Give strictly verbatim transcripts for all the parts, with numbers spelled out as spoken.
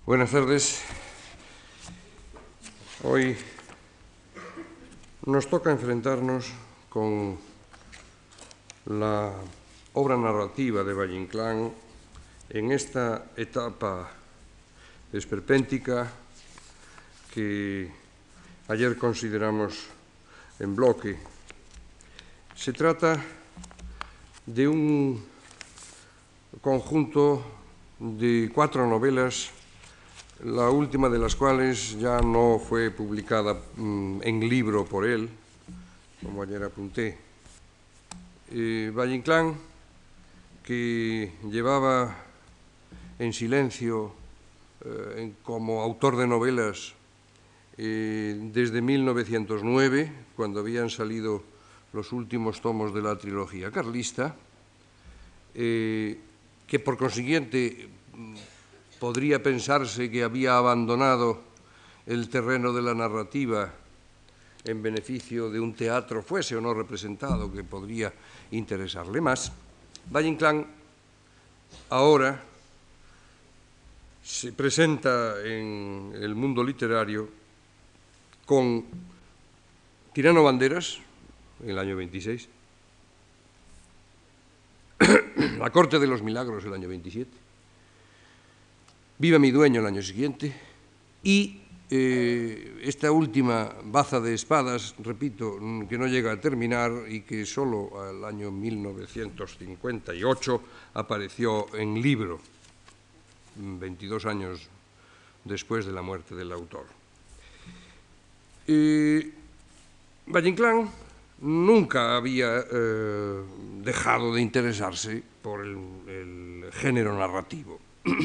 Buenas tardes. Hoy nos toca enfrentarnos con la obra narrativa de Valle-Inclán en esta etapa esperpéntica que ayer consideramos en bloque. Se trata de un conjunto de cuatro novelas, la última de las cuales ya no fue publicada mmm, en libro por él, como ayer apunté. Eh, Valle-Inclán, que llevaba en silencio eh, como autor de novelas eh, desde mil novecientos nueve, cuando habían salido los últimos tomos de la trilogía carlista, eh, que por consiguiente podría pensarse que había abandonado el terreno de la narrativa en beneficio de un teatro, fuese o no representado, que podría interesarle más. Valle-Inclán ahora se presenta en el mundo literario con Tirano Banderas, en el año veintiséis, La Corte de los Milagros, el año veintisiete, Viva mi dueño, el año siguiente, y eh, esta última baza de espadas, repito, que no llega a terminar y que solo al año mil novecientos cincuenta y ocho apareció en libro, veintidós años después de la muerte del autor. Eh, Valle-Inclán nunca había eh, dejado de interesarse por el, el género narrativo.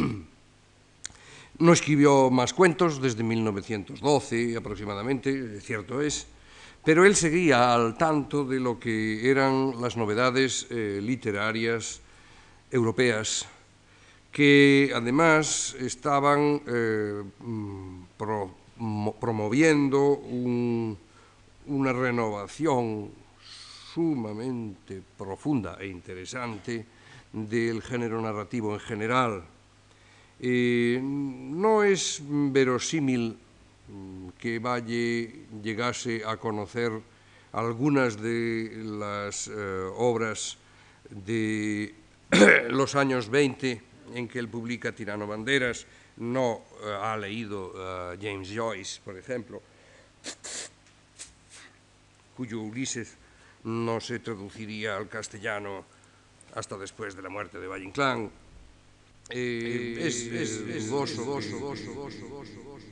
No escribió más cuentos desde mil novecientos doce aproximadamente, cierto es, pero él seguía al tanto de lo que eran las novedades eh, literarias europeas, que además estaban eh, pro, mo, promoviendo un, una renovación sumamente profunda e interesante del género narrativo en general. Eh, no es verosímil que Valle llegase a conocer algunas de las eh, obras de los años veinte en que él publica Tirano Banderas. No eh, ha leído a James Joyce, por ejemplo, cuyo Ulises no se traduciría al castellano hasta después de la muerte de Valle-Inclán. Eh, es, es, es dudoso, dudoso, dudoso, dudoso, dudoso, dudoso.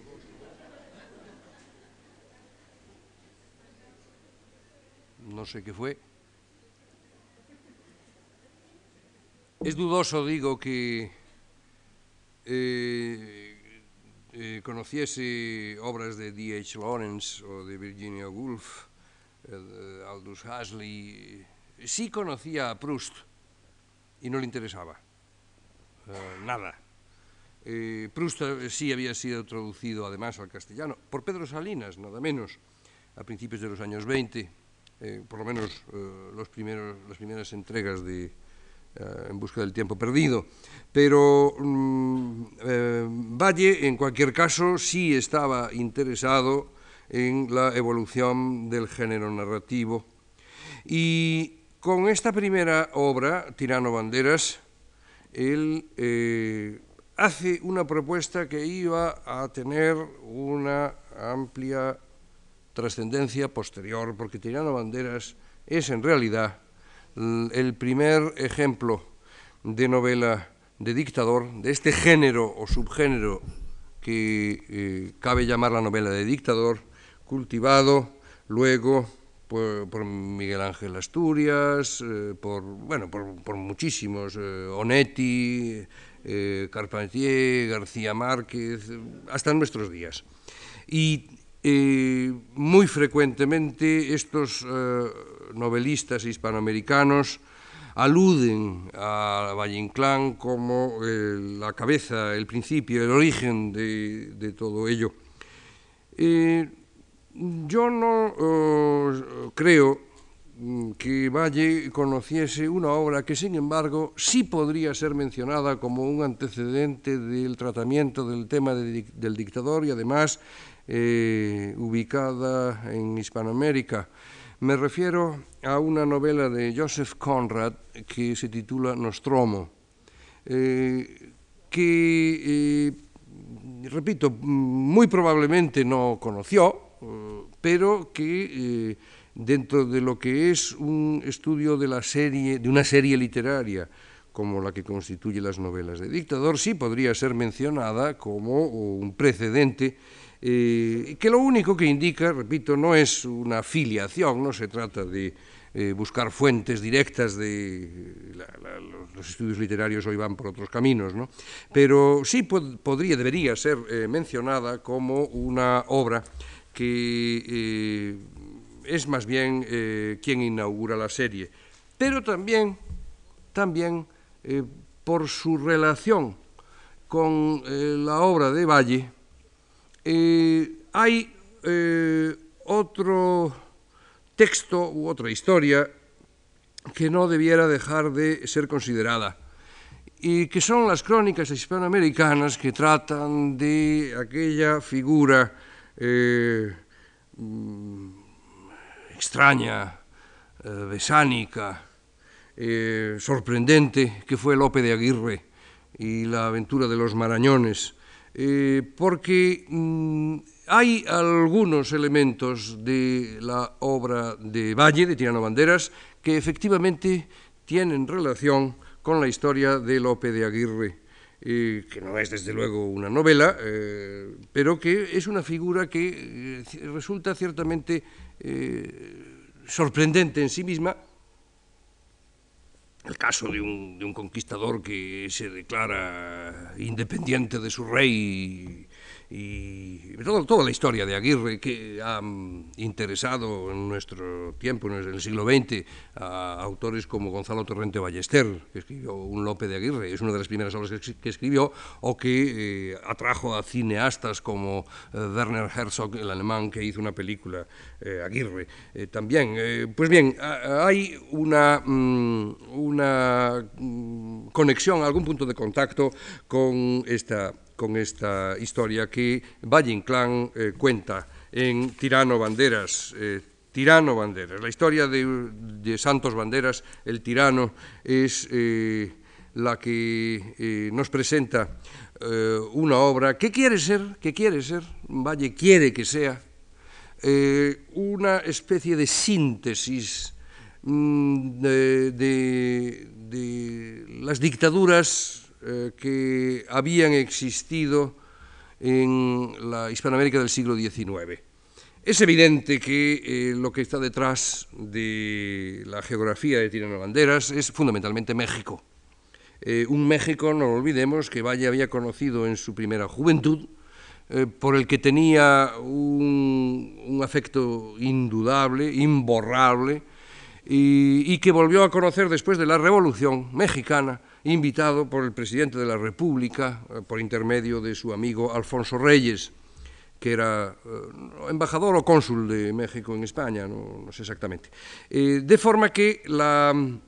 No sé qué fue. Es dudoso, digo, que eh, eh, conociese obras de D H Lawrence o de Virginia Woolf, eh, de Aldous Huxley. Sí conocía a Proust y no le interesaba. Uh, nada. Eh, Proust sí había sido traducido además al castellano por Pedro Salinas, nada menos, a principios de los años veinte, eh, por lo menos uh, los primeros, las primeras entregas de uh, En busca del tiempo perdido. Pero um, eh, Valle, en cualquier caso, sí estaba interesado en la evolución del género narrativo. Y con esta primera obra, Tirano Banderas, él eh, hace una propuesta que iba a tener una amplia trascendencia posterior, porque Tirano Banderas es en realidad el primer ejemplo de novela de dictador, de este género o subgénero que eh, cabe llamar la novela de dictador, cultivado luego Por, por Miguel Ángel Asturias, eh, por, bueno, por, por muchísimos, eh, Onetti, eh, Carpentier, García Márquez, hasta nuestros días. Y eh, muy frecuentemente estos eh, novelistas hispanoamericanos aluden a Valle-Inclán como eh, la cabeza, el principio, el origen de, de todo ello. Eh, Yo no uh, creo que Valle conociese una obra que, sin embargo, sí podría ser mencionada como un antecedente del tratamiento del tema de, del dictador y, además, eh, ubicada en Hispanoamérica. Me refiero a una novela de Joseph Conrad que se titula Nostromo, eh, que, eh, repito, muy probablemente no conoció, eh, pero que eh, dentro de lo que es un estudio de, la serie, de una serie literaria como la que constituye las novelas de dictador, sí podría ser mencionada como un precedente eh, que lo único que indica, repito, no es una filiación, no se trata de eh, buscar fuentes directas de la, la, los estudios literarios hoy van por otros caminos, ¿no? Pero sí pod podría, debería ser eh, mencionada como una obra que eh, es más bien eh, quien inaugura la serie, pero también, también eh, por su relación con eh, la obra de Valle, eh, hay eh, otro texto u otra historia que no debiera dejar de ser considerada, y que son las crónicas hispanoamericanas que tratan de aquella figura eh, extraña, eh, besánica, eh, sorprendente, que fue Lope de Aguirre y la aventura de los Marañones, eh, porque mmm, hay algunos elementos de la obra de Valle, de Tirano Banderas, que efectivamente tienen relación con la historia de Lope de Aguirre, eh, que no es desde luego una novela, eh, pero que es una figura que eh, resulta ciertamente eh, sorprendente en sí misma. El caso de un, de un conquistador que se declara independiente de su rey y, y todo, toda la historia de Aguirre que ha interesado en nuestro tiempo, en el siglo veinte, a autores como Gonzalo Torrente Ballester, que escribió un Lope de Aguirre, es una de las primeras obras que, que escribió, o que eh, atrajo a cineastas como eh, Werner Herzog, el alemán, que hizo una película, eh, Aguirre, eh, también. Eh, pues bien, hay una... Mm, una conexión, algún punto de contacto con esta, con esta historia que Valle Inclán eh, cuenta en Tirano Banderas. Eh, Tirano Banderas, la historia de, de Santos Banderas, el tirano, es eh, la que eh, nos presenta eh, una obra que quiere ser, que quiere ser, Valle quiere que sea, eh, una especie de síntesis De, de, de las dictaduras eh, que habían existido en la Hispanoamérica del siglo diecinueve. Es evidente que eh, lo que está detrás de la geografía de Tirano Banderas es fundamentalmente México. Eh, un México, no lo olvidemos, que Valle había conocido en su primera juventud, eh, por el que tenía un, un afecto indudable, imborrable, Y, y que volvió a conocer después de la Revolución Mexicana, invitado por el presidente de la República, eh, por intermedio de su amigo Alfonso Reyes, que era eh, embajador o cónsul de México en España, no, no sé exactamente. Eh, de forma que la,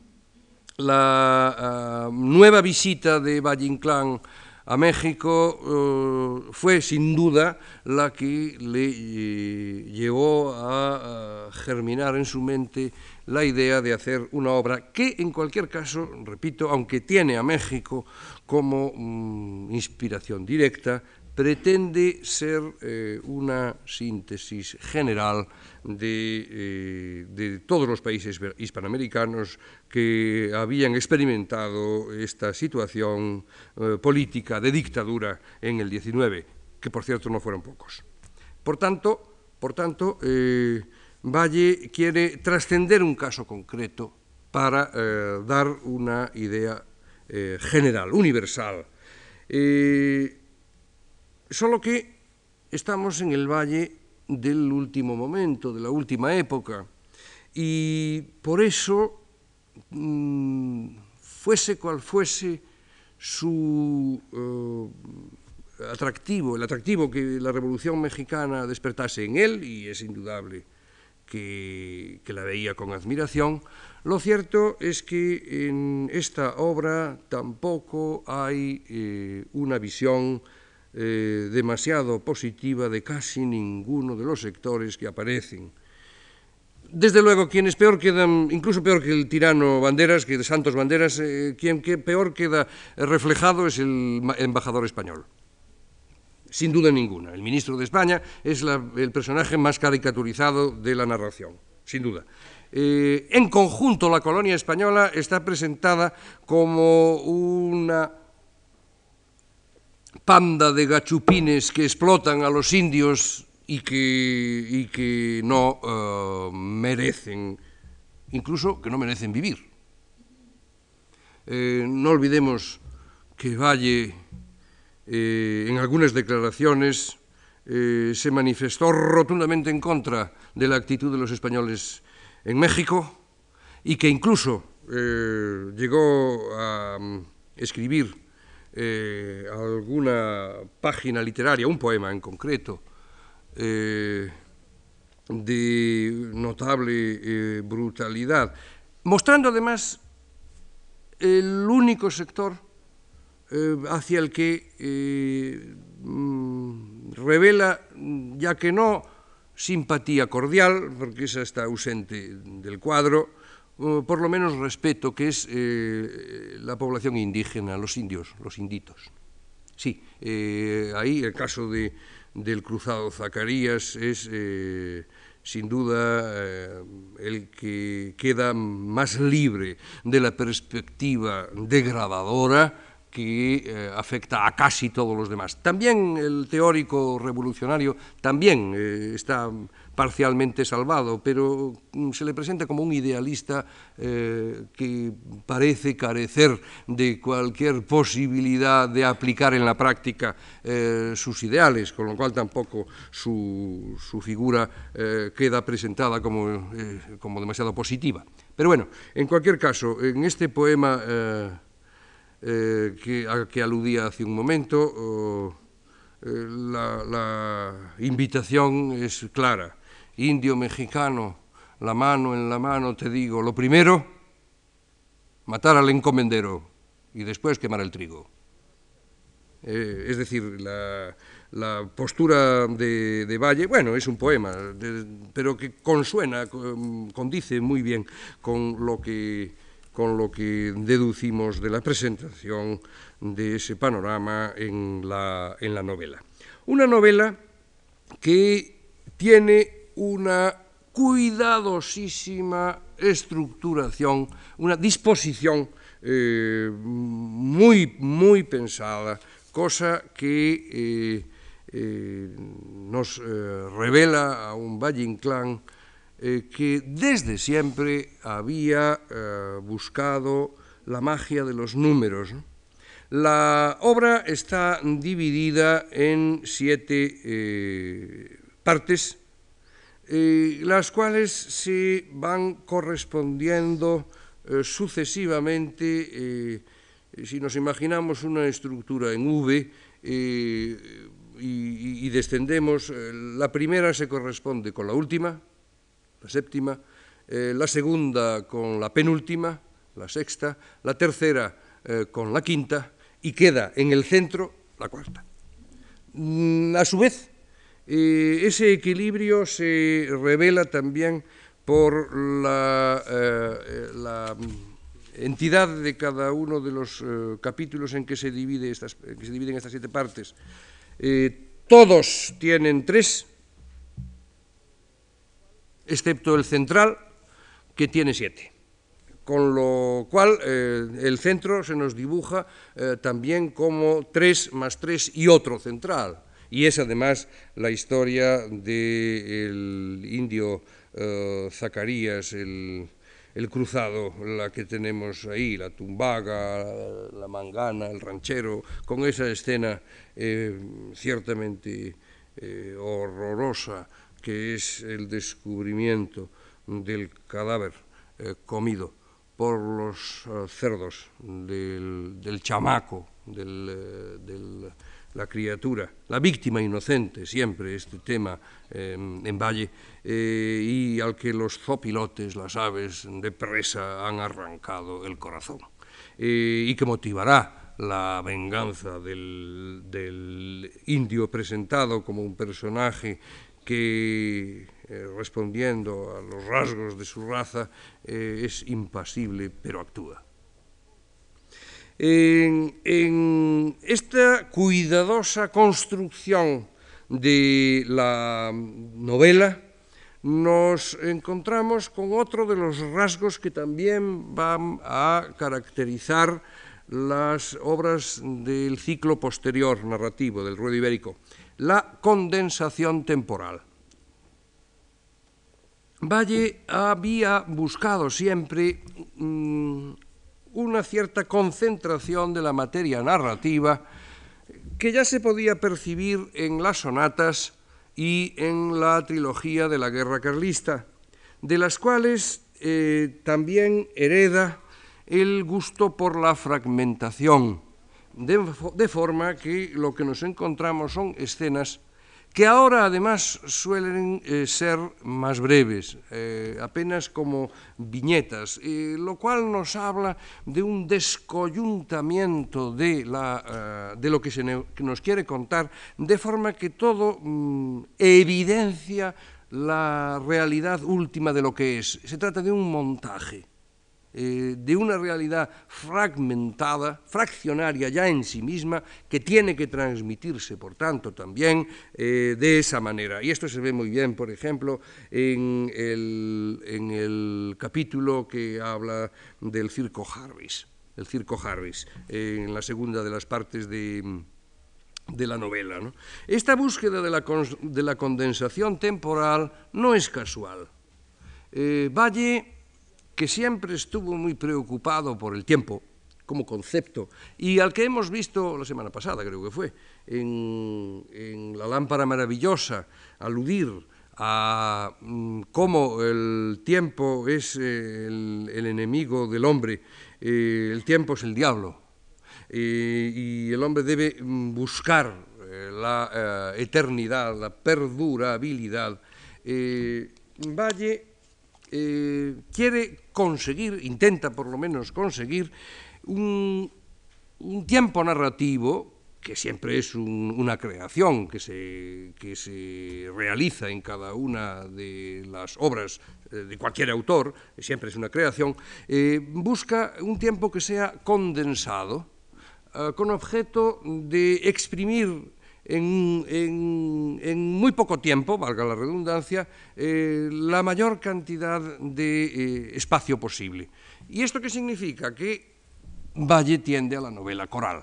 la uh, nueva visita de Valle Inclán a México uh, fue sin duda la que le eh, llevó a, a germinar en su mente la idea de hacer una obra que, en cualquier caso, repito, aunque tiene a México como mm, inspiración directa, pretende ser eh, una síntesis general de, eh, de todos los países hispanoamericanos que habían experimentado esta situación eh, política de dictadura en el diecinueve, que por cierto no fueron pocos. Por tanto, por tanto eh, Valle quiere trascender un caso concreto para eh, dar una idea eh, general, universal. Eh, solo que estamos en el Valle del último momento, de la última época, y por eso, mmm, fuese cual fuese su eh, atractivo, el atractivo que la Revolución Mexicana despertase en él, y es indudable que, que la veía con admiración. Lo cierto es que en esta obra tampoco hay eh, una visión eh, demasiado positiva de casi ninguno de los sectores que aparecen. Desde luego, quienes peor quedan, incluso peor que el tirano Banderas, que de Santos Banderas, eh, quien que peor queda reflejado es el embajador español. Sin duda ninguna. El ministro de España es la, el personaje más caricaturizado de la narración, sin duda. Eh, en conjunto, la colonia española está presentada como una panda de gachupines que explotan a los indios y que, y que no uh, merecen, incluso que no merecen vivir. Eh, no olvidemos que Valle, eh, en algunas declaraciones, eh, se manifestó rotundamente en contra de la actitud de los españoles en México y que incluso eh, llegó a um, escribir eh, alguna página literaria, un poema en concreto, eh, de notable eh, brutalidad, mostrando además el único sector eh, hacia el que eh, mm, revela, ya que no simpatía cordial, porque esa está ausente del cuadro, uh, por lo menos respeto, que es eh, la población indígena, los indios, los inditos. Sí, eh, ahí el caso de, del cruzado Zacarías es, eh, sin duda, eh, el que queda más libre de la perspectiva degradadora que eh, afecta a casi todos los demás. También el teórico revolucionario también eh, está parcialmente salvado, pero mm, se le presenta como un idealista eh, que parece carecer de cualquier posibilidad de aplicar en la práctica eh, sus ideales, con lo cual tampoco su, su figura eh, queda presentada como, eh, como demasiado positiva. Pero bueno, en cualquier caso, en este poema eh, Eh, que, a que aludía hace un momento, oh, eh, la, la invitación es clara. Indio mexicano, la mano en la mano te digo, lo primero, matar al encomendero y después quemar el trigo. Eh, es decir, la, la postura de, de Valle, bueno, es un poema, de, pero que consuena, condice muy bien con lo que... con lo que deducimos de la presentación de ese panorama en la, en la novela. Una novela que tiene una cuidadosísima estructuración, una disposición eh, muy, muy pensada, cosa que eh, eh, nos eh, revela a un Valle Inclán Eh, que desde siempre había eh, buscado la magia de los números, ¿no? La obra está dividida en siete eh, partes, eh, las cuales se van correspondiendo eh, sucesivamente, eh, si nos imaginamos una estructura en V, eh, y, y descendemos, eh, la primera se corresponde con la última, la séptima, eh, la segunda con la penúltima, la sexta, la tercera eh, con la quinta y queda en el centro la cuarta. Mm, a su vez, eh, ese equilibrio se revela también por la, eh, la entidad de cada uno de los eh, capítulos en que se, divide estas, en que se dividen estas siete partes. Eh, todos tienen tres, excepto el central, que tiene siete. Con lo cual, eh, el centro se nos dibuja eh, también como tres más tres y otro central. Y es además la historia del indio eh, Zacarías, el, el cruzado, la que tenemos ahí, la tumbaga, la mangana, el ranchero, con esa escena eh, ciertamente eh, horrorosa, que es el descubrimiento del cadáver eh, comido por los uh, cerdos del, del chamaco, del, uh, del, la criatura, la víctima inocente, siempre este tema eh, en Valle, eh, y al que los zopilotes, las aves de presa, han arrancado el corazón, eh, y que motivará la venganza del, del indio presentado como un personaje que, eh, respondiendo a los rasgos de su raza, eh, es impasible, pero actúa. En, en esta cuidadosa construcción de la novela nos encontramos con otro de los rasgos que también van a caracterizar las obras del ciclo posterior narrativo del ruedo ibérico, la condensación temporal. Valle había buscado siempre mmm, una cierta concentración de la materia narrativa que ya se podía percibir en las sonatas y en la trilogía de la Guerra Carlista, de las cuales eh, también hereda el gusto por la fragmentación, de, de forma que lo que nos encontramos son escenas que ahora además suelen eh, ser más breves, eh, apenas como viñetas, eh, lo cual nos habla de un descoyuntamiento de, la, uh, de lo que se ne que nos quiere contar, de forma que todo mm, evidencia la realidad última de lo que es. Se trata de un montaje, Eh, de una realidad fragmentada, fraccionaria ya en sí misma, que tiene que transmitirse, por tanto, también eh, de esa manera. Y esto se ve muy bien, por ejemplo, en el, en el capítulo que habla del circo Harris, el circo Harris, eh, en la segunda de las partes de... de la novela, ¿no? Esta búsqueda de la, de la condensación temporal no es casual. Eh, Valle, que siempre estuvo muy preocupado por el tiempo como concepto, y al que hemos visto la semana pasada, creo que fue, en, en La lámpara maravillosa, aludir a mm, cómo el tiempo es eh, el, el enemigo del hombre, eh, el tiempo es el diablo, eh, y el hombre debe buscar eh, la eh, eternidad, la perdurabilidad. Eh, Valle Eh, quiere conseguir, intenta por lo menos conseguir, un, un tiempo narrativo que siempre es un, una creación que se, que se realiza en cada una de las obras eh, de cualquier autor, siempre es una creación, eh, busca un tiempo que sea condensado, eh, con objeto de exprimir En, en, en muy poco tiempo, valga la redundancia, eh, la mayor cantidad de eh, espacio posible. ¿Y esto qué significa? Que Valle tiende a la novela coral,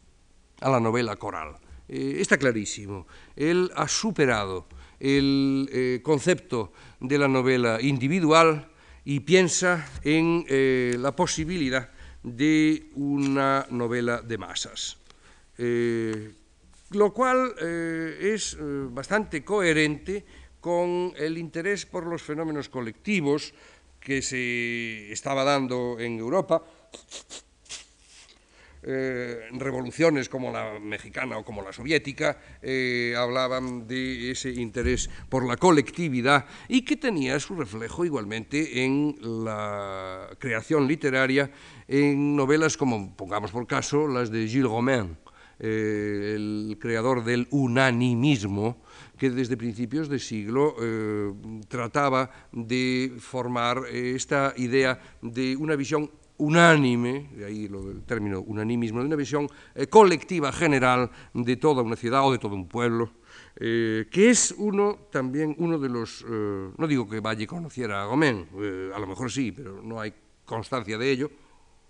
a la novela coral. Eh, está clarísimo. Él ha superado el eh, concepto de la novela individual y piensa en eh, la posibilidad de una novela de masas. Eh, lo cual eh, es eh, bastante coherente con el interés por los fenómenos colectivos que se estaba dando en Europa, eh, revoluciones como la mexicana o como la soviética eh, hablaban de ese interés por la colectividad y que tenía su reflejo igualmente en la creación literaria en novelas como, pongamos por caso, las de Gilles Romain, Eh, el creador del unanimismo, que desde principios de siglo eh, trataba de formar eh, esta idea de una visión unánime, de ahí lo del término unanimismo, de una visión eh, colectiva general de toda una ciudad o de todo un pueblo, eh, que es uno también uno de los, eh, no digo que Valle conociera a Romain, eh, a lo mejor sí, pero no hay constancia de ello.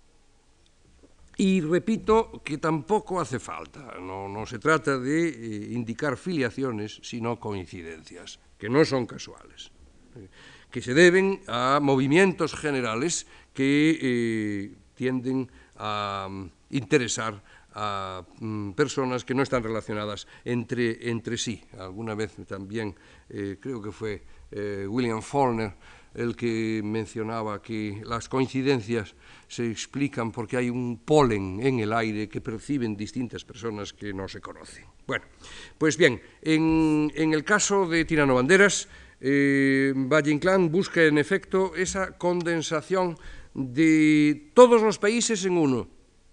Y repito que tampoco hace falta, no, no se trata de eh, indicar filiaciones, sino coincidencias, que no son casuales, eh, que se deben a movimientos generales que eh, tienden a um, interesar a um, personas que no están relacionadas entre, entre sí. Alguna vez también, eh, creo que fue eh, William Faulkner, el que mencionaba que las coincidencias se explican porque hay un polen en el aire que perciben distintas personas que no se conocen. Bueno, pues bien, en, en el caso de Tirano Banderas, eh, Valle Inclán busca en efecto esa condensación de todos los países en uno,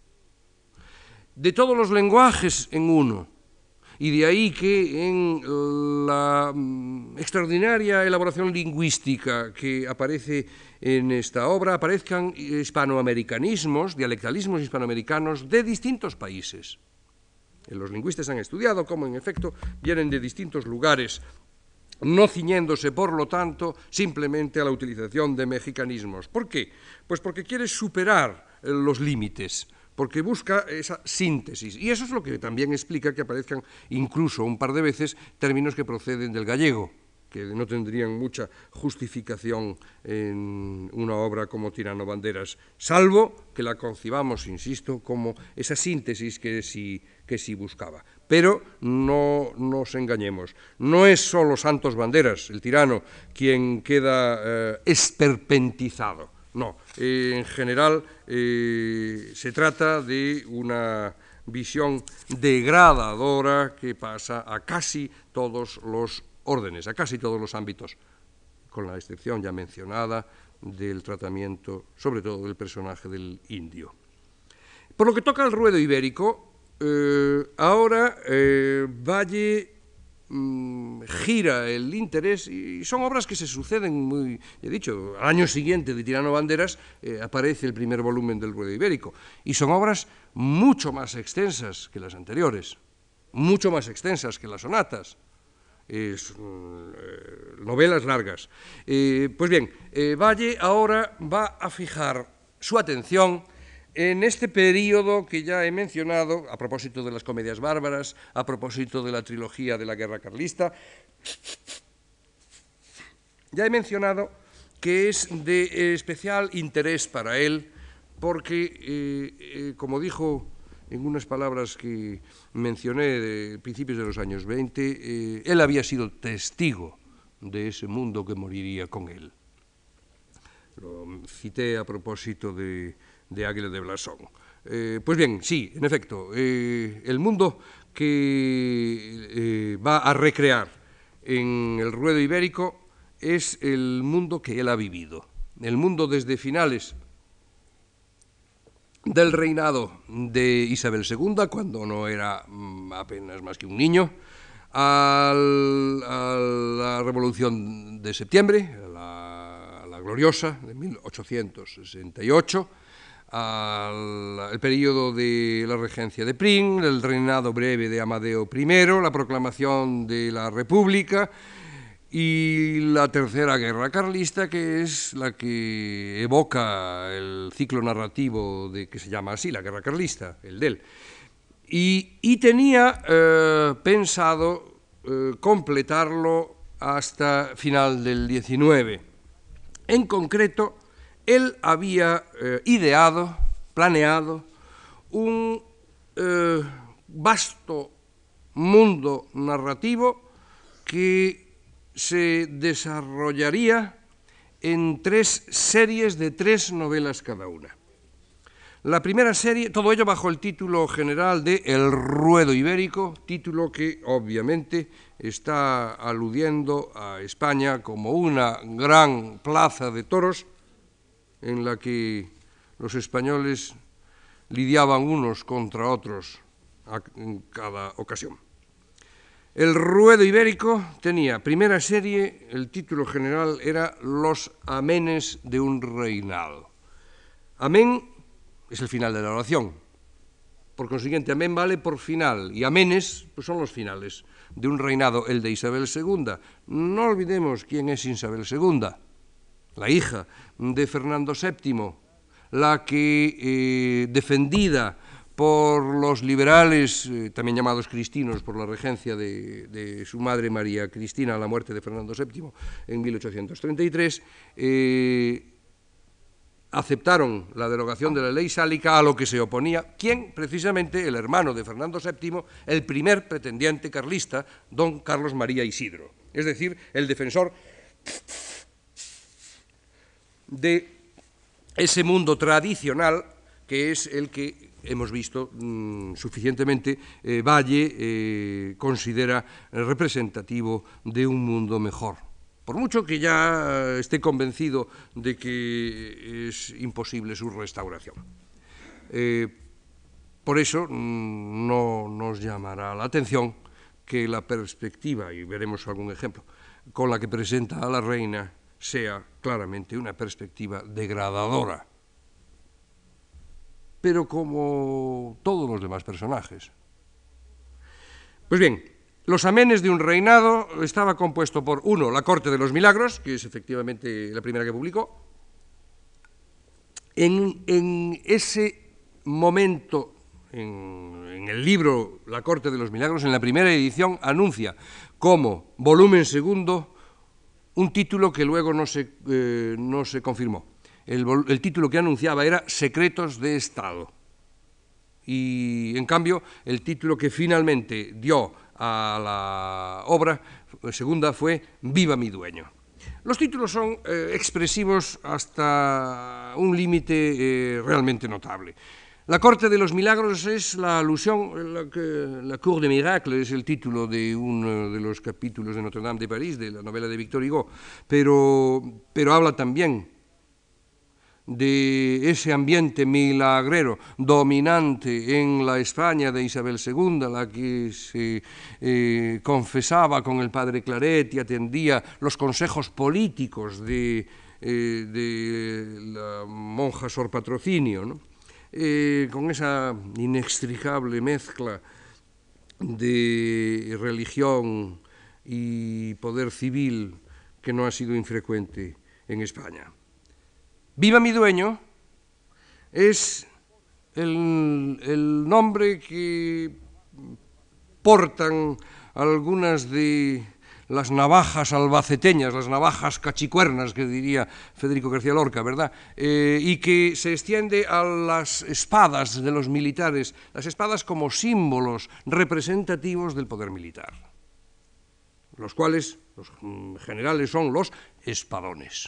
de todos los lenguajes en uno, y de ahí que en la extraordinaria elaboración lingüística que aparece en esta obra aparezcan hispanoamericanismos, dialectalismos hispanoamericanos de distintos países. Los lingüistas han estudiado cómo, en efecto, vienen de distintos lugares, no ciñéndose, por lo tanto, simplemente a la utilización de mexicanismos. ¿Por qué? Pues porque quiere superar los límites, porque busca esa síntesis. Y eso es lo que también explica que aparezcan incluso un par de veces términos que proceden del gallego, que no tendrían mucha justificación en una obra como Tirano Banderas, salvo que la concibamos, insisto, como esa síntesis que sí, que sí buscaba. Pero no nos engañemos, no es solo Santos Banderas, el tirano, quien queda eh, esperpentizado. No, eh, en general eh, se trata de una visión degradadora que pasa a casi todos los órdenes, a casi todos los ámbitos, con la excepción ya mencionada del tratamiento, sobre todo del personaje del indio. Por lo que toca al ruedo ibérico, eh, ahora eh, Valle mmm, gira el interés, y son obras que se suceden muy, he dicho, al año siguiente de Tirano Banderas eh, aparece el primer volumen del ruedo ibérico, y son obras mucho más extensas que las anteriores, mucho más extensas que las sonatas. Es, eh, novelas largas. Eh, pues bien, eh, Valle ahora va a fijar su atención en este periodo que ya he mencionado, a propósito de las comedias bárbaras, a propósito de la trilogía de la Guerra Carlista. Ya he mencionado que es de especial interés para él porque, eh, eh, como dijo en unas palabras que mencioné de principios de los años veinte, eh, él había sido testigo de ese mundo que moriría con él. Lo cité a propósito de, de Águila de Blasón. Eh, pues bien, sí, en efecto, eh, el mundo que eh, va a recrear en el ruedo ibérico es el mundo que él ha vivido. El mundo desde finales del reinado de Isabel segunda, cuando no era apenas más que un niño, al, a la Revolución de Septiembre, a la, a la gloriosa de mil ochocientos sesenta y ocho, al el periodo de la regencia de Prim, el reinado breve de Amadeo primero, la proclamación de la República y la tercera guerra carlista, que es la que evoca el ciclo narrativo de, que se llama así, la guerra carlista, el de él. Y, y tenía eh, pensado eh, completarlo hasta final del diecinueve. En concreto, él había eh, ideado, planeado, un eh, vasto mundo narrativo que se desarrollaría en tres series de tres novelas cada una. La primera serie, todo ello bajo el título general de El ruedo ibérico, título que obviamente está aludiendo a España como una gran plaza de toros en la que los españoles lidiaban unos contra otros en cada ocasión. El ruedo ibérico tenía primera serie, el título general era Los amenes de un reinado. Amén es el final de la oración. Por consiguiente, amén vale por final y amenes pues son los finales de un reinado, el de Isabel segunda. No olvidemos quién es Isabel segunda, la hija de Fernando séptimo, la que, eh, defendida por los liberales, eh, también llamados cristinos, por la regencia de, de su madre María Cristina a la muerte de Fernando séptimo en mil ochocientos treinta y tres, eh, aceptaron la derogación de la ley sálica, a lo que se oponía, ¿quién? Precisamente el hermano de Fernando séptimo, el primer pretendiente carlista, don Carlos María Isidro, es decir, el defensor de ese mundo tradicional que es el que hemos visto mmm, suficientemente, eh, Valle eh, considera representativo de un mundo mejor. Por mucho que ya esté convencido de que es imposible su restauración. Eh, por eso mmm, no nos llamará la atención que la perspectiva, y veremos algún ejemplo, con la que presenta a la reina sea claramente una perspectiva degradadora. Pero como todos los demás personajes. Pues bien, Los amenes de un reinado estaba compuesto por, uno, La corte de los milagros, que es efectivamente la primera que publicó. En, en ese momento, en, en el libro La corte de los milagros, en la primera edición, anuncia como volumen segundo un título que luego no se, eh, no se confirmó. El, el título que anunciaba era Secretos de Estado. Y, en cambio, el título que finalmente dio a la obra segunda fue Viva mi dueño. Los títulos son eh, expresivos hasta un límite eh, realmente notable. La corte de los milagros es la alusión, la, la Cour des Miracles es el título de uno de los capítulos de Notre Dame de París, de la novela de Victor Hugo, pero, pero habla también de ese ambiente milagrero dominante en la España de Isabel segunda, la que se eh, confesaba con el padre Claret y atendía los consejos políticos de, eh, de la monja Sor Patrocinio, ¿no? eh, con esa inextricable mezcla de religión y poder civil que no ha sido infrecuente en España. Viva mi dueño es el, el nombre que portan algunas de las navajas albaceteñas, las navajas cachicuernas, que diría Federico García Lorca, ¿verdad? Eh, y que se extiende a las espadas de los militares, las espadas como símbolos representativos del poder militar, los cuales, los generales, son los espadones.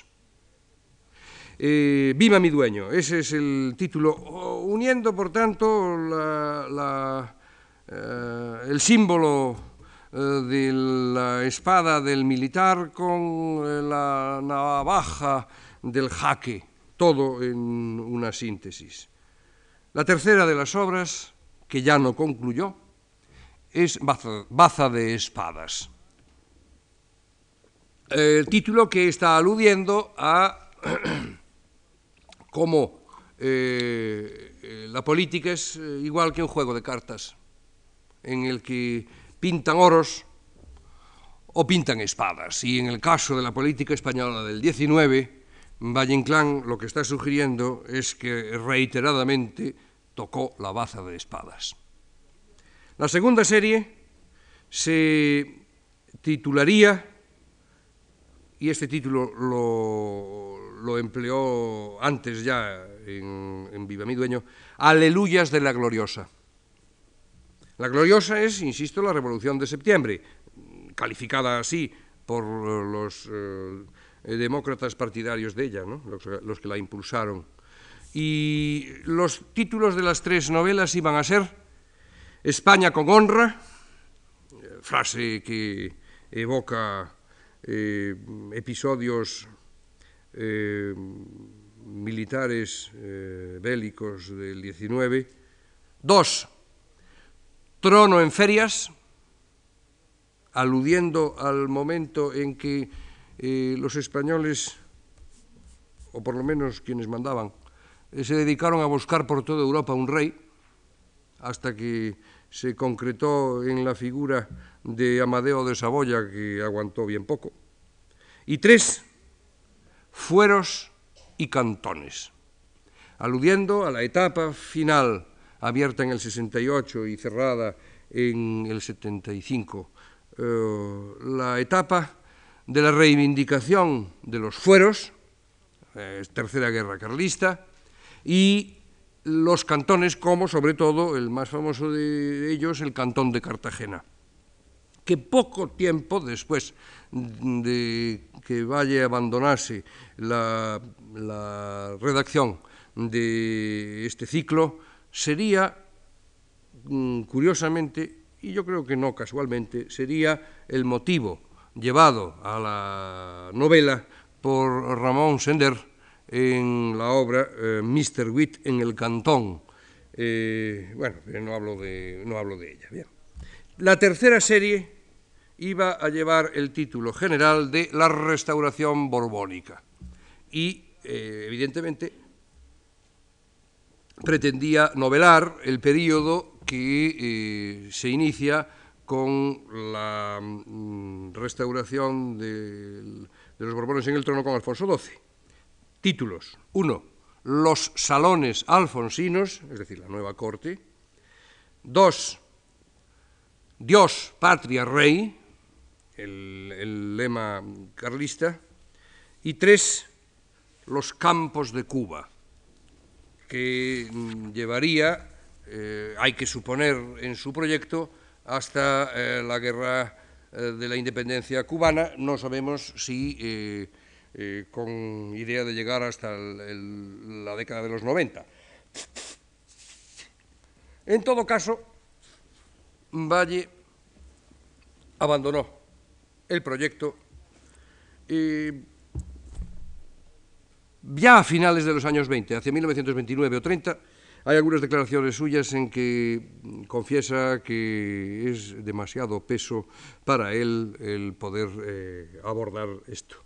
Eh, Viva mi dueño, ese es el título, uniendo por tanto la, la, eh, el símbolo eh, de la espada del militar con eh, la navaja del jaque, todo en una síntesis. La tercera de las obras, que ya no concluyó, es Baza, Baza de espadas. El título que está aludiendo a cómo eh, la política es igual que un juego de cartas, en el que pintan oros o pintan espadas. Y en el caso de la política española del diecinueve, Valle Inclán lo que está sugiriendo es que reiteradamente tocó la baza de espadas. La segunda serie se titularía, y este título lo, lo empleó antes ya en, en Viva mi dueño, Aleluyas de la Gloriosa. La Gloriosa es, insisto, la Revolución de Septiembre, calificada así por los eh, demócratas partidarios de ella, ¿no? los, los que la impulsaron. Y los títulos de las tres novelas iban a ser España con honra, frase que evoca Eh, episodios eh, militares eh, bélicos del diecinueve. Dos, Trono en ferias, aludiendo al momento en que eh, los españoles, o por lo menos quienes mandaban, eh, se dedicaron a buscar por toda Europa un rey, hasta que se concretó en la figura de Amadeo de Saboya, que aguantó bien poco. Y tres, fueros y cantones, aludiendo a la etapa final, abierta en el sesenta y ocho y cerrada en el setenta y cinco, eh, la etapa de la reivindicación de los fueros, eh, tercera guerra carlista, y los cantones, como sobre todo el más famoso de ellos, el cantón de Cartagena, que poco tiempo después de que vaya a abandonarse la, la redacción de este ciclo, sería, curiosamente, y yo creo que no casualmente, sería el motivo llevado a la novela por Ramón Sender en la obra eh, míster Witt en el Cantón. Eh, bueno, no hablo de, no hablo de ella. Bien. La tercera serie iba a llevar el título general de La Restauración Borbónica y, eh, evidentemente, pretendía novelar el período que eh, se inicia con la mm, restauración de, de los Borbones en el trono con Alfonso doce. Títulos. Uno, Los salones alfonsinos, es decir, la nueva corte. Dos, Dios, patria, rey, el, el lema carlista. Y tres, Los campos de Cuba, que llevaría, eh, hay que suponer en su proyecto, hasta eh, la guerra eh, de la independencia cubana. No sabemos si eh, eh, con idea de llegar hasta el, el, la década de los noventa. En todo caso, Valle abandonó el proyecto eh, ya a finales de los años veinte, hacia mil novecientos veintinueve o treinta, hay algunas declaraciones suyas en que confiesa que es demasiado peso para él el poder eh, abordar esto.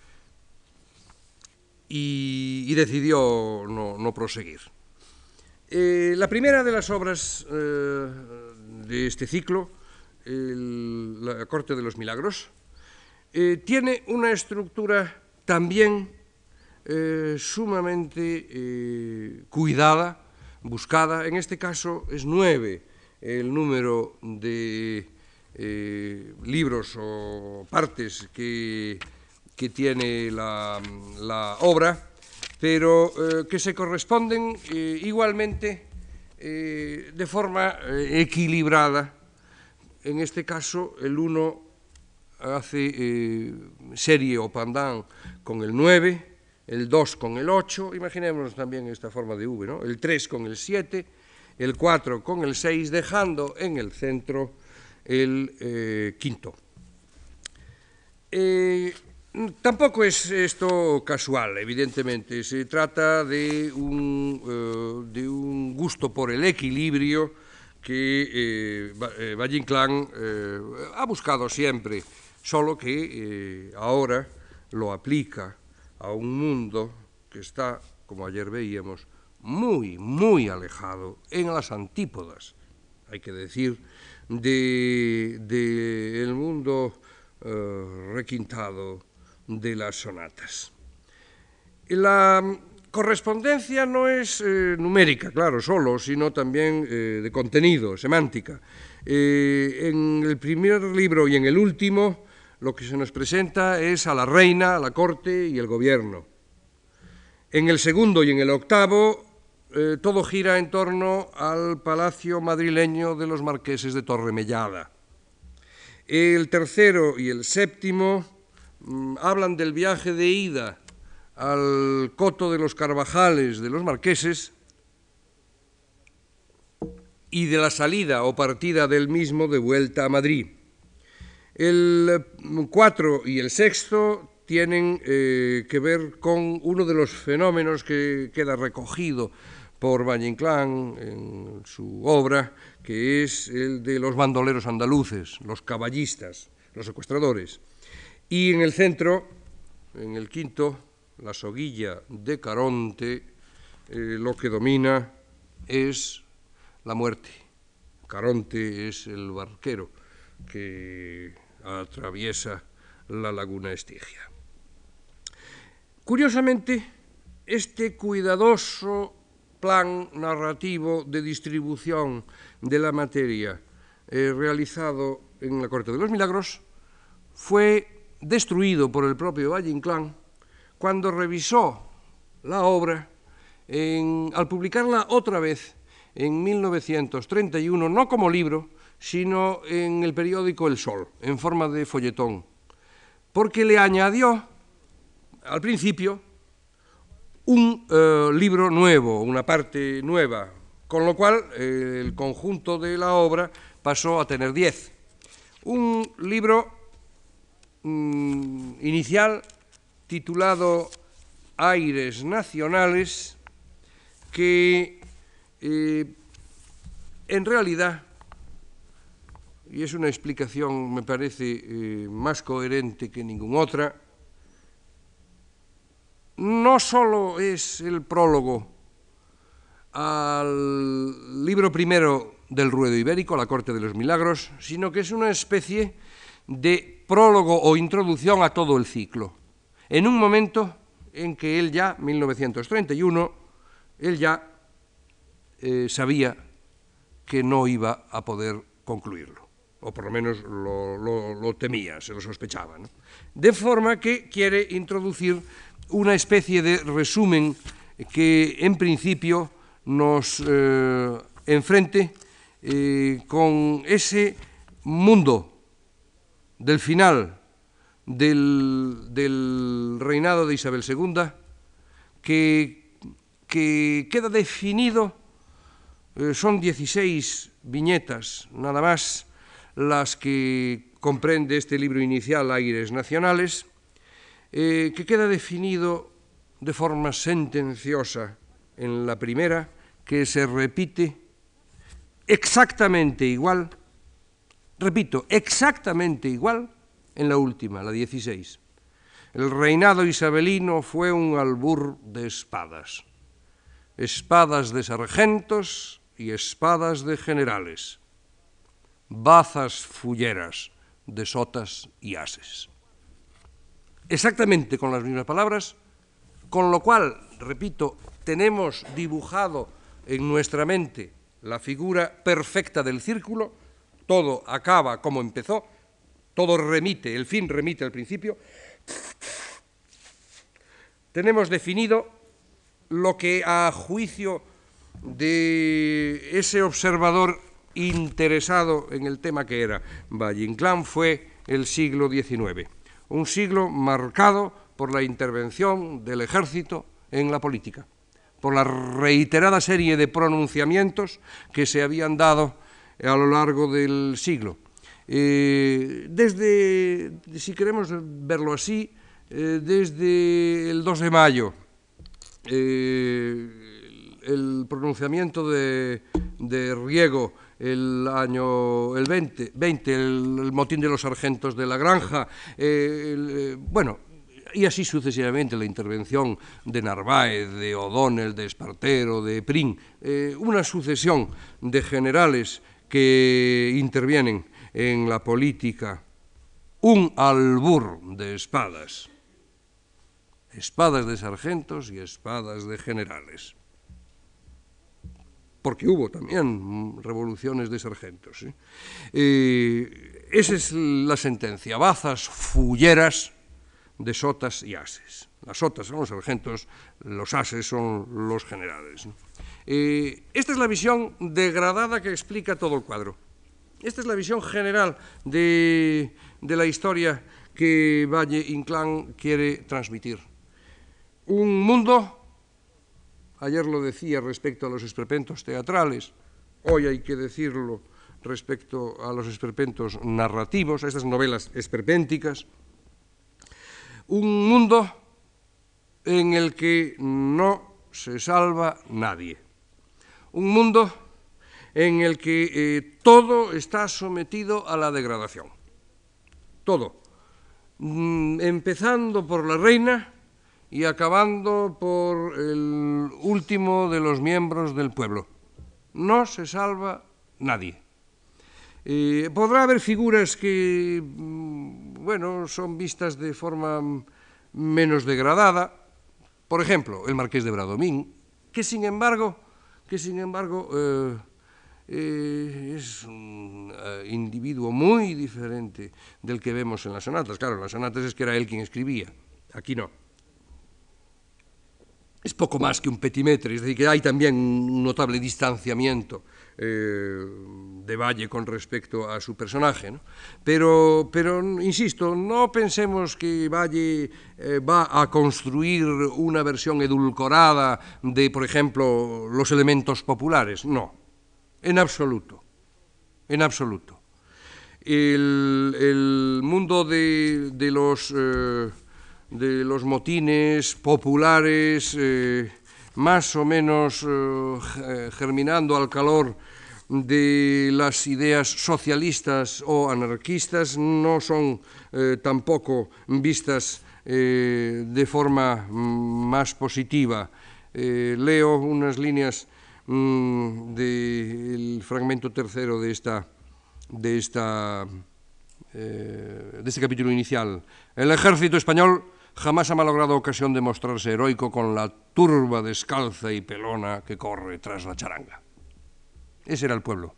Y, y decidió no, no proseguir. Eh, la primera de las obras eh, de este ciclo, el, La Corte de los Milagros, eh, tiene una estructura también eh, sumamente eh, cuidada, buscada. En este caso es nueve el número de eh, libros o partes que, que tiene la, la obra, pero eh, que se corresponden eh, igualmente eh, de forma eh, equilibrada. En este caso, el uno hace eh, serie o pandán con el nueve, el dos con el ocho, imaginémonos también esta forma de V, ¿no? El tres con el siete, el cuatro con el seis, dejando en el centro el eh, quinto. Eh, tampoco es esto casual, evidentemente. Se trata de un, uh, de un gusto por el equilibrio que eh, Valle Inclán eh, ha buscado siempre, solo que eh, ahora lo aplica a un mundo que está, como ayer veíamos, muy, muy alejado, en las antípodas, hay que decir, del de el mundo uh, requintado de las sonatas. La correspondencia no es eh, numérica, claro, solo, sino también eh, de contenido, semántica. Eh, en el primer libro y en el último, lo que se nos presenta es a la reina, a la corte y el gobierno. En el segundo y en el octavo, eh, todo gira en torno al palacio madrileño de los marqueses de Torremellada. El tercero y el séptimo mmm, hablan del viaje de ida al coto de los Carvajales de los marqueses y de la salida o partida del mismo de vuelta a Madrid. El cuatro y el sexto tienen eh, que ver con uno de los fenómenos que queda recogido por Valle Inclán en su obra, que es el de los bandoleros andaluces, los caballistas, los secuestradores. Y en el centro, en el quinto, la soguilla de Caronte, eh, lo que domina es la muerte. Caronte es el barquero que atraviesa la laguna Estigia. Curiosamente, este cuidadoso plan narrativo de distribución de la materia eh, realizado en la Corte de los Milagros fue destruido por el propio Valle Inclán cuando revisó la obra en, al publicarla otra vez en mil novecientos treinta y uno, no como libro, sino en el periódico El Sol, en forma de folletón, porque le añadió al principio un eh, libro nuevo, una parte nueva, con lo cual eh, el conjunto de la obra pasó a tener diez. Un libro mmm, inicial titulado Aires Nacionales, que eh, en realidad, y es una explicación, me parece, eh, más coherente que ninguna otra, no solo es el prólogo al libro primero del Ruedo Ibérico, La Corte de los Milagros, sino que es una especie de prólogo o introducción a todo el ciclo, en un momento en que él ya, mil novecientos treinta y uno, él ya eh, sabía que no iba a poder concluirlo, o por lo menos lo, lo, lo temía, se lo sospechaba, ¿no? De forma que quiere introducir una especie de resumen que en principio nos eh, enfrente eh, con ese mundo del final del, del reinado de Isabel segunda que, que queda definido, eh, son dieciséis viñetas nada más las que comprende este libro inicial, Aires Nacionales, eh, que queda definido de forma sentenciosa en la primera, que se repite exactamente igual, repito, exactamente igual en la última, la dieciséis. El reinado isabelino fue un albur de espadas, espadas de sargentos y espadas de generales, bazas fulleras de sotas y ases. Exactamente con las mismas palabras, con lo cual, repito, tenemos dibujado en nuestra mente la figura perfecta del círculo, todo acaba como empezó, todo remite, el fin remite al principio. Tenemos definido lo que a juicio de ese observador interesado en el tema que era Valle-Inclán fue el siglo diecinueve, un siglo marcado por la intervención del ejército en la política, por la reiterada serie de pronunciamientos que se habían dado a lo largo del siglo. Eh, desde, si queremos verlo así, eh, desde el dos de mayo, eh, el pronunciamiento de, de Riego, el año el veinte, veinte el, el motín de los sargentos de la Granja, eh, el, eh, bueno, y así sucesivamente la intervención de Narváez, de O'Donnell, de Espartero, de Prim, eh, una sucesión de generales que intervienen en la política, un albur de espadas, espadas de sargentos y espadas de generales, porque hubo también revoluciones de sargentos, ¿eh? Eh, esa es la sentencia, bazas fulleras de sotas y ases. Las sotas son los sargentos, los ases son los generales, ¿no? Eh, esta es la visión degradada que explica todo el cuadro. Esta es la visión general de, de la historia que Valle-Inclán quiere transmitir. Un mundo, ayer lo decía respecto a los esperpentos teatrales, hoy hay que decirlo respecto a los esperpentos narrativos, a estas novelas esperpénticas, un mundo en el que no se salva nadie, un mundo en el que eh, todo está sometido a la degradación, todo, mm, empezando por la reina y acabando por el último de los miembros del pueblo. No se salva nadie. Eh, podrá haber figuras que, bueno, son vistas de forma menos degradada, por ejemplo, el marqués de Bradomín, que sin embargo, que sin embargo eh, eh, es un eh, individuo muy diferente del que vemos en las sonatas. Claro, en las sonatas es que era él quien escribía, aquí no. Es poco más que un petimetre, es decir, que hay también un notable distanciamiento eh, de Valle con respecto a su personaje, ¿no? Pero, pero, insisto, no pensemos que Valle eh, va a construir una versión edulcorada de, por ejemplo, los elementos populares. No, en absoluto, en absoluto. El, el mundo de, de, los, eh, de los motines populares, eh, más o menos eh, germinando al calor de las ideas socialistas o anarquistas, no son eh, tampoco vistas eh, de forma más positiva. Eh, leo unas líneas mm, del fragmento tercero de, esta, de, esta, eh, de este capítulo inicial. El ejército español jamás ha malogrado ocasión de mostrarse heroico con la turba descalza y pelona que corre tras la charanga. Ese era el pueblo.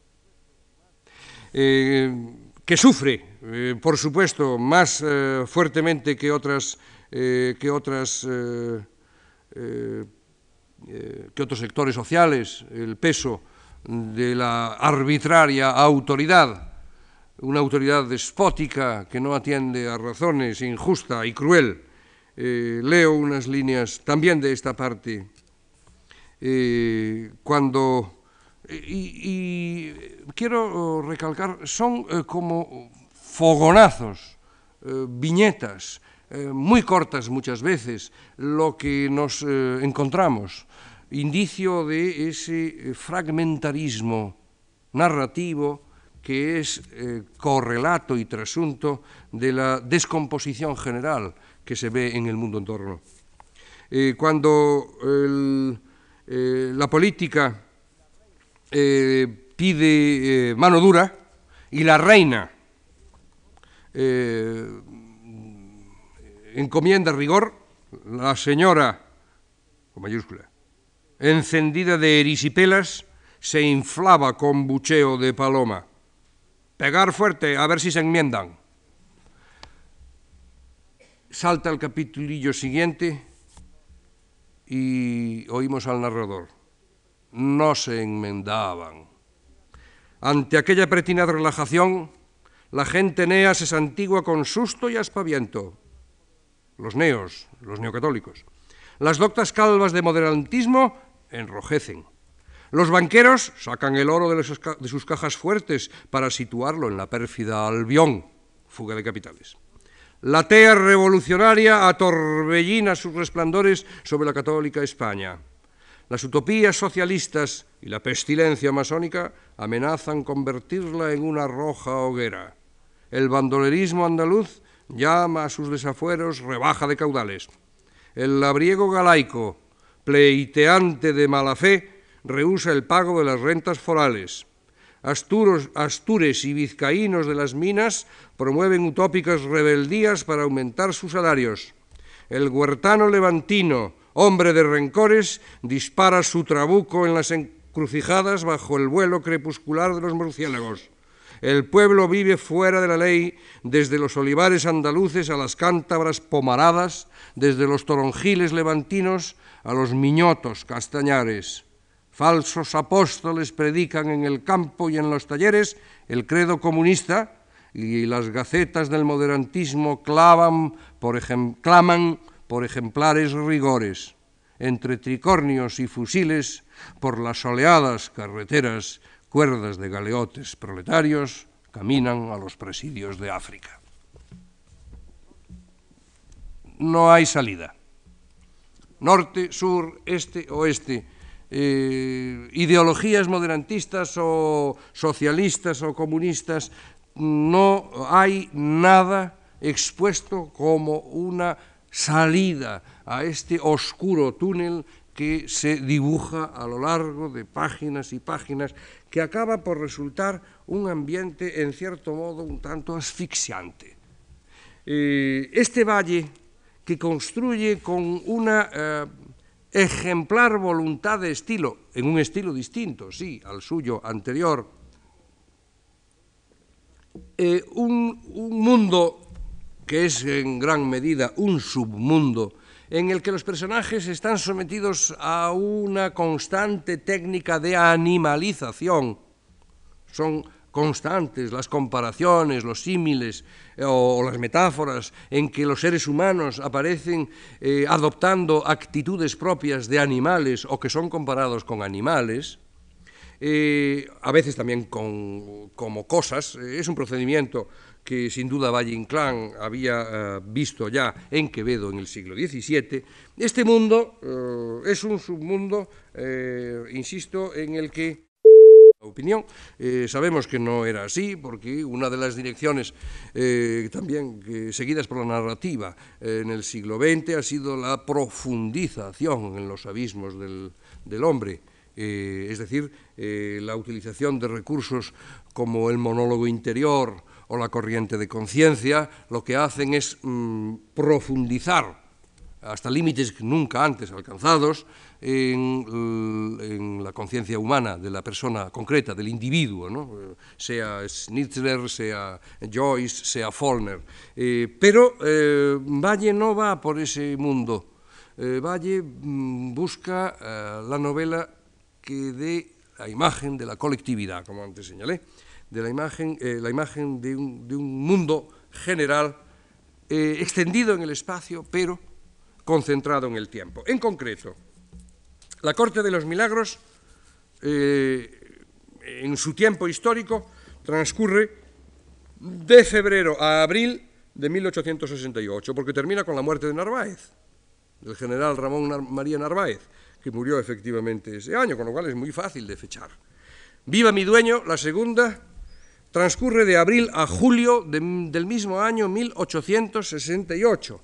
Eh, que sufre, eh, por supuesto, más eh, fuertemente que otras, eh, que, otras eh, eh, eh, que otros sectores sociales, el peso de la arbitraria autoridad, una autoridad despótica que no atiende a razones, injusta y cruel. Eh, leo unas líneas también de esta parte, eh, cuando... Y, y quiero recalcar, son eh, como fogonazos, eh, viñetas, eh, muy cortas muchas veces, lo que nos eh, encontramos, indicio de ese fragmentarismo narrativo que es eh, correlato y trasunto de la descomposición general que se ve en el mundo en torno. Eh, cuando el, eh, la política Eh, pide eh, mano dura y la reina eh, encomienda rigor, la señora, con mayúscula, encendida de erisipelas, se inflaba con bucheo de paloma. Pegar fuerte, a ver si se enmiendan. Salta el capitulillo siguiente y oímos al narrador. No se enmendaban. Ante aquella pretinaz relajación, la gente nea se santigua con susto y aspaviento. Los neos, los neocatólicos. Las doctas calvas de moderantismo enrojecen. Los banqueros sacan el oro de sus cajas fuertes para situarlo en la pérfida Albión, fuga de capitales. La tea revolucionaria atorbellina sus resplandores sobre la católica España. Las utopías socialistas y la pestilencia masónica amenazan convertirla en una roja hoguera. El bandolerismo andaluz llama a sus desafueros rebaja de caudales. El labriego galaico, pleiteante de mala fe, rehúsa el pago de las rentas forales. Asturos, astures y vizcaínos de las minas promueven utópicas rebeldías para aumentar sus salarios. El huertano levantino, hombre de rencores, dispara su trabuco en las encrucijadas bajo el vuelo crepuscular de los murciélagos. El pueblo vive fuera de la ley, desde los olivares andaluces a las cántabras pomaradas, desde los toronjiles levantinos a los miñotos castañares. Falsos apóstoles predican en el campo y en los talleres el credo comunista y las gacetas del moderantismo clavan por ejem- claman por ejemplares rigores, entre tricornios y fusiles, por las soleadas carreteras, cuerdas de galeotes proletarios caminan a los presidios de África. No hay salida. Norte, sur, este, oeste. Eh, ideologías moderantistas o socialistas o comunistas, no hay nada expuesto como una salida a este oscuro túnel que se dibuja a lo largo de páginas y páginas, que acaba por resultar un ambiente, en cierto modo, un tanto asfixiante. Eh, este valle, que construye con una eh, ejemplar voluntad de estilo, en un estilo distinto, sí, al suyo anterior, eh, un, un mundo que es en gran medida un submundo en el que los personajes están sometidos a una constante técnica de animalización. Son constantes las comparaciones, los símiles eh, o, o las metáforas en que los seres humanos aparecen eh, adoptando actitudes propias de animales o que son comparados con animales, eh, a veces también con, como cosas. Eh, es un procedimiento que sin duda Valle-Inclán había uh, visto ya en Quevedo en el siglo diecisiete. Este mundo uh, es un submundo, eh, insisto, en el que opinión. Eh, sabemos que no era así, porque una de las direcciones eh, también que, seguidas por la narrativa eh, en el siglo veinte ha sido la profundización en los abismos del, del hombre, eh, es decir, eh, la utilización de recursos como el monólogo interior o la corriente de conciencia, lo que hacen es mm, profundizar hasta límites nunca antes alcanzados en, en la conciencia humana de la persona concreta, del individuo, ¿no? Sea Schnitzler, sea Joyce, sea Faulkner. Eh, pero eh, Valle no va por ese mundo. Eh, Valle mm, busca eh, la novela que dé la imagen de la colectividad, como antes señalé, de la imagen, eh, la imagen de, un, de un mundo general eh, extendido en el espacio, pero concentrado en el tiempo. En concreto, la Corte de los Milagros, eh, en su tiempo histórico, transcurre de febrero a abril de mil ochocientos sesenta y ocho, porque termina con la muerte de Narváez, del general Ramón Nar- María Narváez, que murió efectivamente ese año, con lo cual es muy fácil de fechar. Viva mi dueño, la segunda, transcurre de abril a julio de, del mismo año mil ochocientos sesenta y ocho.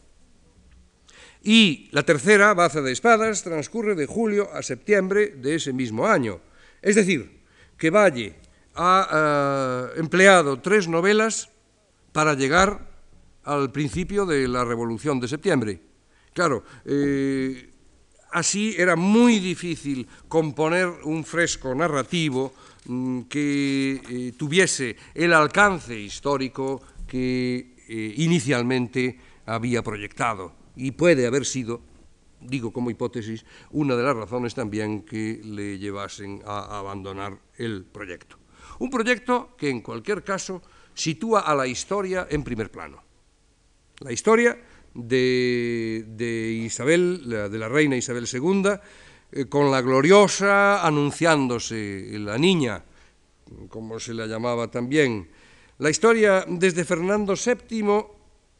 Y la tercera, Baza de Espadas, transcurre de julio a septiembre de ese mismo año. Es decir, que Valle ha uh, empleado tres novelas para llegar al principio de la Revolución de septiembre. Claro, eh, así era muy difícil componer un fresco narrativo mm, que eh, tuviese el alcance histórico que eh, inicialmente había proyectado. Y puede haber sido, digo como hipótesis, una de las razones también que le llevasen a abandonar el proyecto. Un proyecto que, en cualquier caso, sitúa a la historia en primer plano. La historia de, de Isabel, de la reina Isabel segunda, eh, con la gloriosa anunciándose la niña, como se la llamaba también. La historia desde Fernando séptimo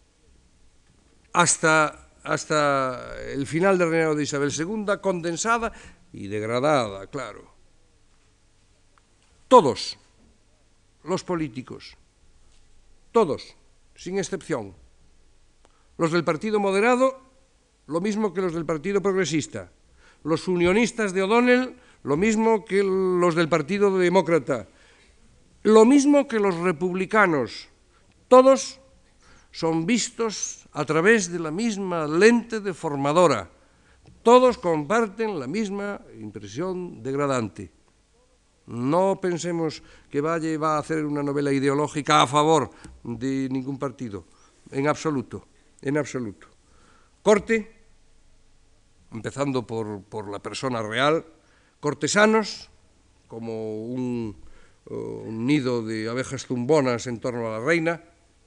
hasta, hasta el final del reinado de Isabel segunda, condensada y degradada, claro. Todos los políticos, todos, sin excepción, los del Partido Moderado, lo mismo que los del Partido Progresista, los unionistas de O'Donnell, lo mismo que los del Partido Demócrata, lo mismo que los republicanos, todos son vistos a través de la misma lente deformadora. Todos comparten la misma impresión degradante. No pensemos que Valle va a hacer una novela ideológica a favor de ningún partido, en absoluto, en absoluto. Corte, empezando por, por la persona real, cortesanos, como un, un nido de abejas zumbonas en torno a la reina,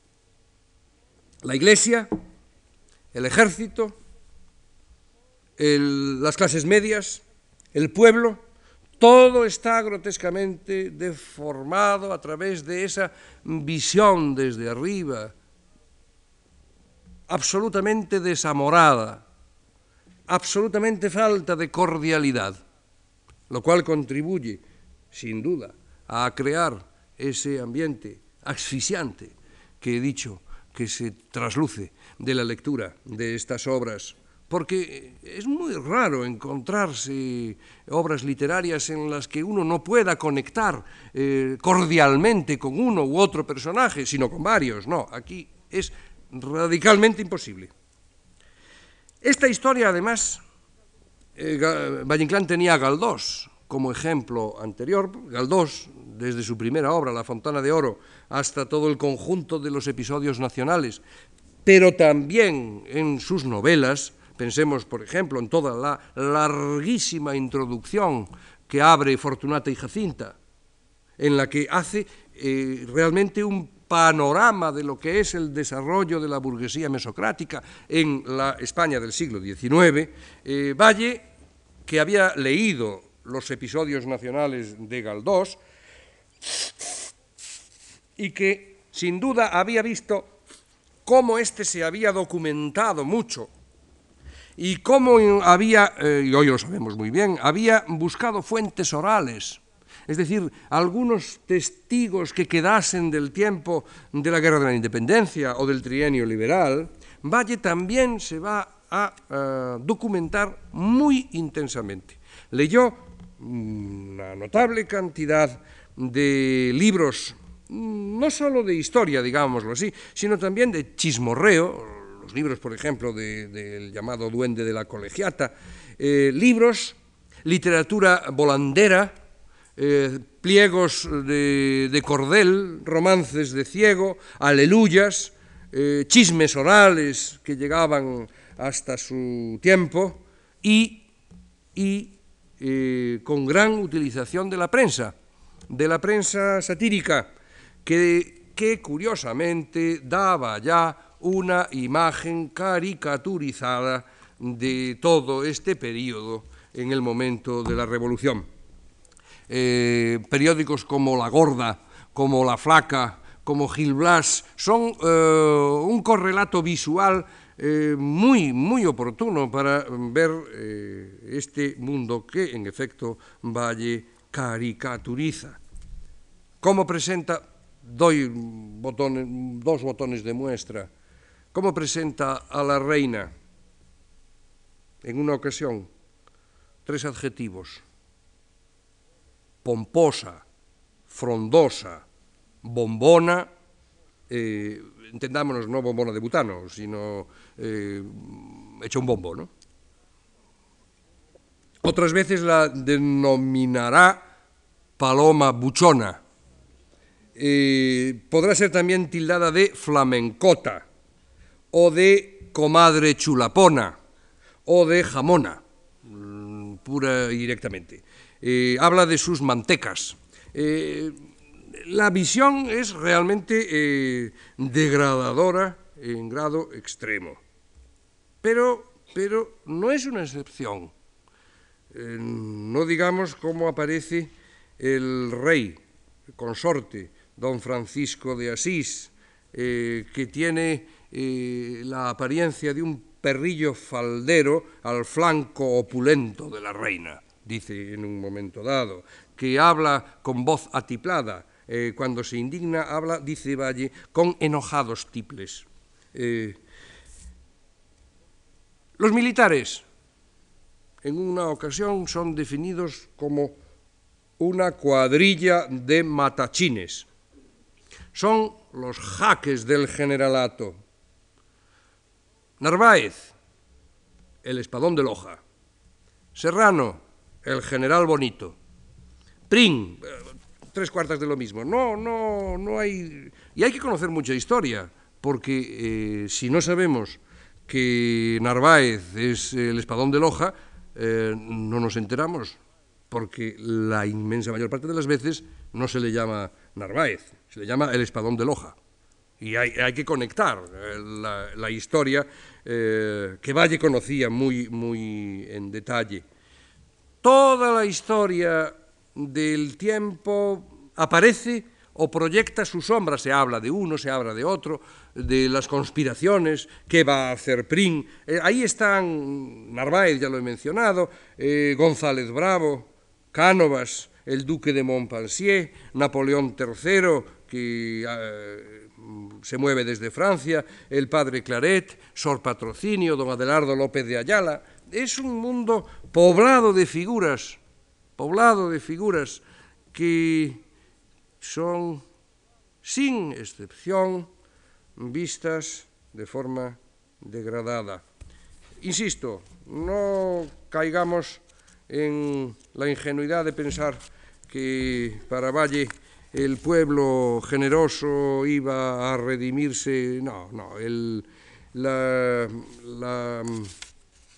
la iglesia, el ejército, el, las clases medias, el pueblo, todo está grotescamente deformado a través de esa visión desde arriba, absolutamente desamorada, absolutamente falta de cordialidad, lo cual contribuye, sin duda, a crear ese ambiente asfixiante que he dicho, que se trasluce de la lectura de estas obras, porque es muy raro encontrarse obras literarias en las que uno no pueda conectar eh, cordialmente con uno u otro personaje, sino con varios. No, aquí es radicalmente imposible. Esta historia, además, eh, Valle-Inclán tenía a Galdós como ejemplo anterior. Galdós, desde su primera obra, La Fontana de Oro, hasta todo el conjunto de los episodios nacionales, pero también en sus novelas, Pensemos, por ejemplo, en toda la larguísima introducción que abre Fortunata y Jacinta, en la que hace eh, realmente un panorama de lo que es el desarrollo de la burguesía mesocrática en la España del siglo diecinueve, eh, Valle, que había leído los episodios nacionales de Galdós y que sin duda había visto cómo éste se había documentado mucho y cómo había, eh, y hoy lo sabemos muy bien, había buscado fuentes orales, es decir, algunos testigos que quedasen del tiempo de la Guerra de la Independencia o del trienio liberal. Valle también se va a uh, documentar muy intensamente. Leyó una notable cantidad de libros, no solo de historia, digámoslo así, sino también de chismorreo, los libros, por ejemplo, del de, de llamado Duende de la Colegiata, eh, libros, literatura volandera, eh, pliegos de, de cordel, romances de ciego, aleluyas, eh, chismes orales que llegaban hasta su tiempo y, y eh, con gran utilización de la prensa, de la prensa satírica, que, que curiosamente daba ya una imagen caricaturizada de todo este periodo en el momento de la Revolución. Eh, periódicos como La Gorda, como La Flaca, como Gil Blas, son eh, un correlato visual eh, muy, muy oportuno para ver eh, este mundo que, en efecto, Valle caricaturiza. ¿Cómo presenta? Doy botones, dos botones de muestra. ¿Cómo presenta a la reina? En una ocasión, tres adjetivos: pomposa, frondosa, bombona, eh, entendámonos, no bombona de butano, sino eh, hecha un bombo, ¿no? Otras veces la denominará paloma buchona. Eh, podrá ser también tildada de flamencota, o de comadre chulapona, o de jamona, pura y directamente. Eh, habla de sus mantecas. Eh, la visión es realmente eh, degradadora en grado extremo. Pero, pero no es una excepción. Eh, no digamos cómo aparece el rey, el consorte, don Francisco de Asís, eh, que tiene eh, la apariencia de un perrillo faldero al flanco opulento de la reina, dice en un momento dado, que habla con voz atiplada, eh, cuando se indigna habla, dice Valle, con enojados tiples. Eh, los militares, en una ocasión, son definidos como una cuadrilla de matachines. Son los jaques del generalato. Narváez, el espadón de Loja. Serrano, el general bonito. Prim, tres cuartas de lo mismo. No, no, no hay... Y hay que conocer mucha historia, porque eh, si no sabemos que Narváez es el espadón de Loja, eh, no nos enteramos, porque la inmensa mayor parte de las veces no se le llama Narváez, se le llama el espadón de Loja. Y hay, hay que conectar eh, la, la historia eh, que Valle conocía muy, muy en detalle. Toda la historia del tiempo aparece o proyecta su sombra, se habla de uno, se habla de otro, de las conspiraciones, qué va a hacer Prim. Eh, ahí están Narváez, ya lo he mencionado, eh, González Bravo, Cánovas, el duque de Montpensier, Napoleón tercero, que eh, se mueve desde Francia, el padre Claret, Sor Patrocinio, don Adelardo López de Ayala. Es un mundo poblado de figuras, poblado de figuras que son, sin excepción, vistas de forma degradada. Insisto, no caigamos en la ingenuidad de pensar que para Valle el pueblo generoso iba a redimirse. No, no, el, la, la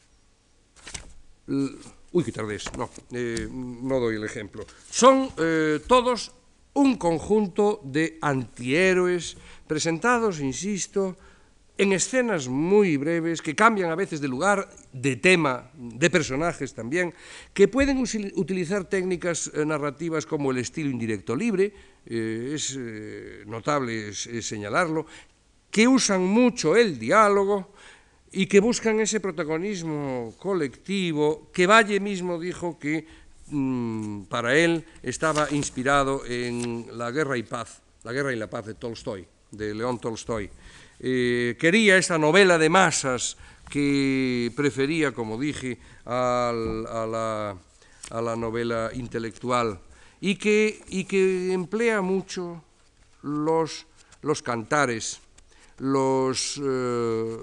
Uy, qué tardés, no, eh, no doy el ejemplo. Son eh, todos un conjunto de antihéroes presentados, insisto, en escenas muy breves, que cambian a veces de lugar, de tema, de personajes también, que pueden utilizar técnicas eh, narrativas como el estilo indirecto libre, eh, es eh, notable es, es señalarlo, que usan mucho el diálogo y que buscan ese protagonismo colectivo que Valle mismo dijo que mmm, para él estaba inspirado en La guerra y paz, La guerra y la paz de Tolstoy, de León Tolstoy. Eh, quería esta novela de masas que prefería, como dije, al, a, la, a la novela intelectual y que, y que emplea mucho los, los cantares, los, eh,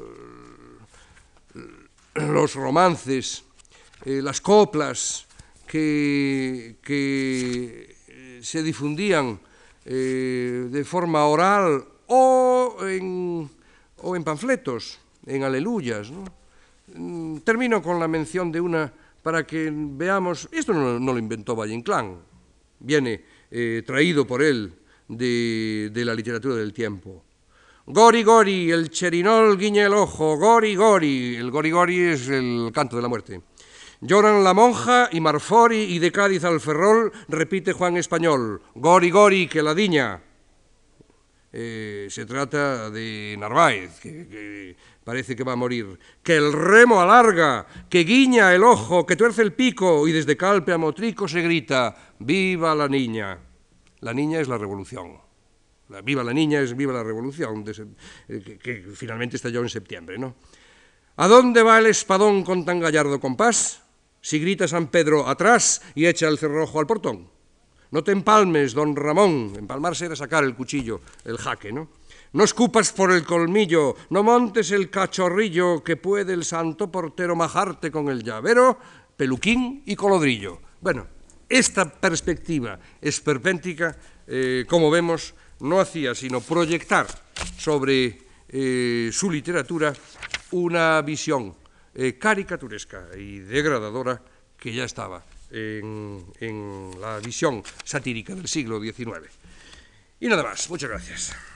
los romances, eh, las coplas que, que se difundían eh, de forma oral o en, o en panfletos, en aleluyas, ¿no? Termino con la mención de una para que veamos, esto no, no lo inventó Valle Inclán, viene eh, traído por él de, de la literatura del tiempo. Gori, gori, el cherinol guiña el ojo, gori, gori, el gori, gori es el canto de la muerte. Lloran la monja y Marfori y de Cádiz al Ferrol, repite Juan Español, gori, gori, que la diña. Eh, se trata de Narváez, que, que parece que va a morir. Que el remo alarga, que guiña el ojo, que tuerce el pico, y desde Calpe a Motrico se grita, ¡viva la niña! La niña es la revolución. La, ¡viva la niña! Es ¡viva la revolución! De, eh, que, que finalmente estalló en septiembre, ¿no? ¿A dónde va el espadón con tan gallardo compás? Si grita San Pedro atrás y echa el cerrojo al portón. No te empalmes, don Ramón, empalmarse era sacar el cuchillo, el jaque, ¿no? No escupas por el colmillo, no montes el cachorrillo, que puede el santo portero majarte con el llavero, peluquín y colodrillo. Bueno, esta perspectiva esperpéntica, eh, como vemos, no hacía sino proyectar sobre eh, su literatura una visión eh, caricaturesca y degradadora que ya estaba En, en la visión satírica del siglo diecinueve. Y nada más, muchas gracias.